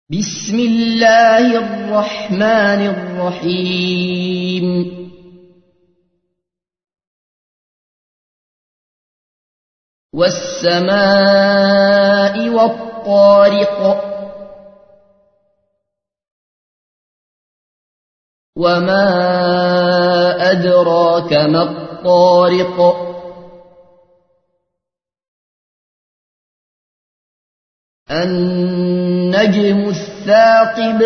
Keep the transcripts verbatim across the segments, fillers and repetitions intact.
بسم الله الرحمن الرحيم والسماء والطارق وما أدراك ما الطارق النجم الثاقب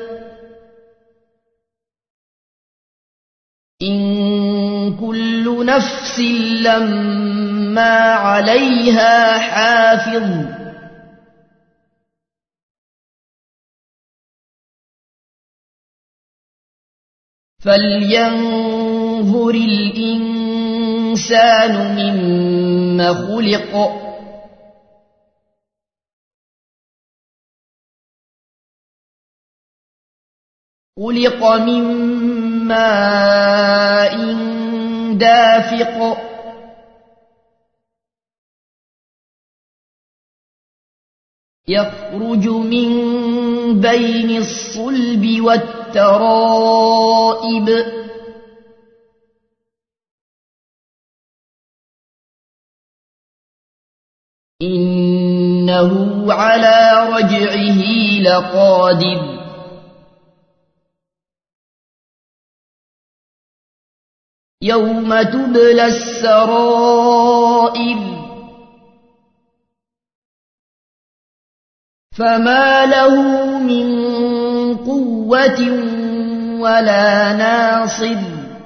إن كل نفس لما عليها حافظ فلينظر الإنسان مما خلق خلق من ماء دافق يخرج من بين الصلب والترائب إنه على رجعه لقادر يوم تبلى السرائر فما له من قوة ولا ناصر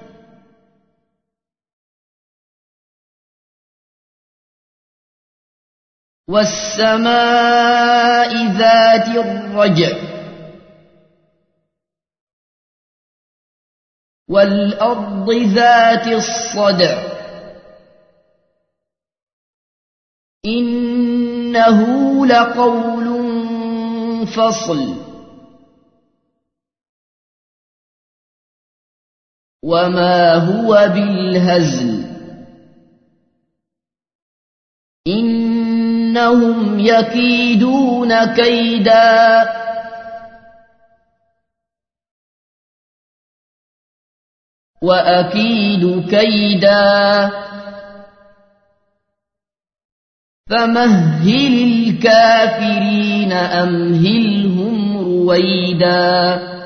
والسماء ذات الرجع والأرض ذات الصدع إنه لقول فصل وما هو بالهزل إنهم يكيدون كيدا وأكيد كيدا فمهل الكافرين أمهلهم رويدا.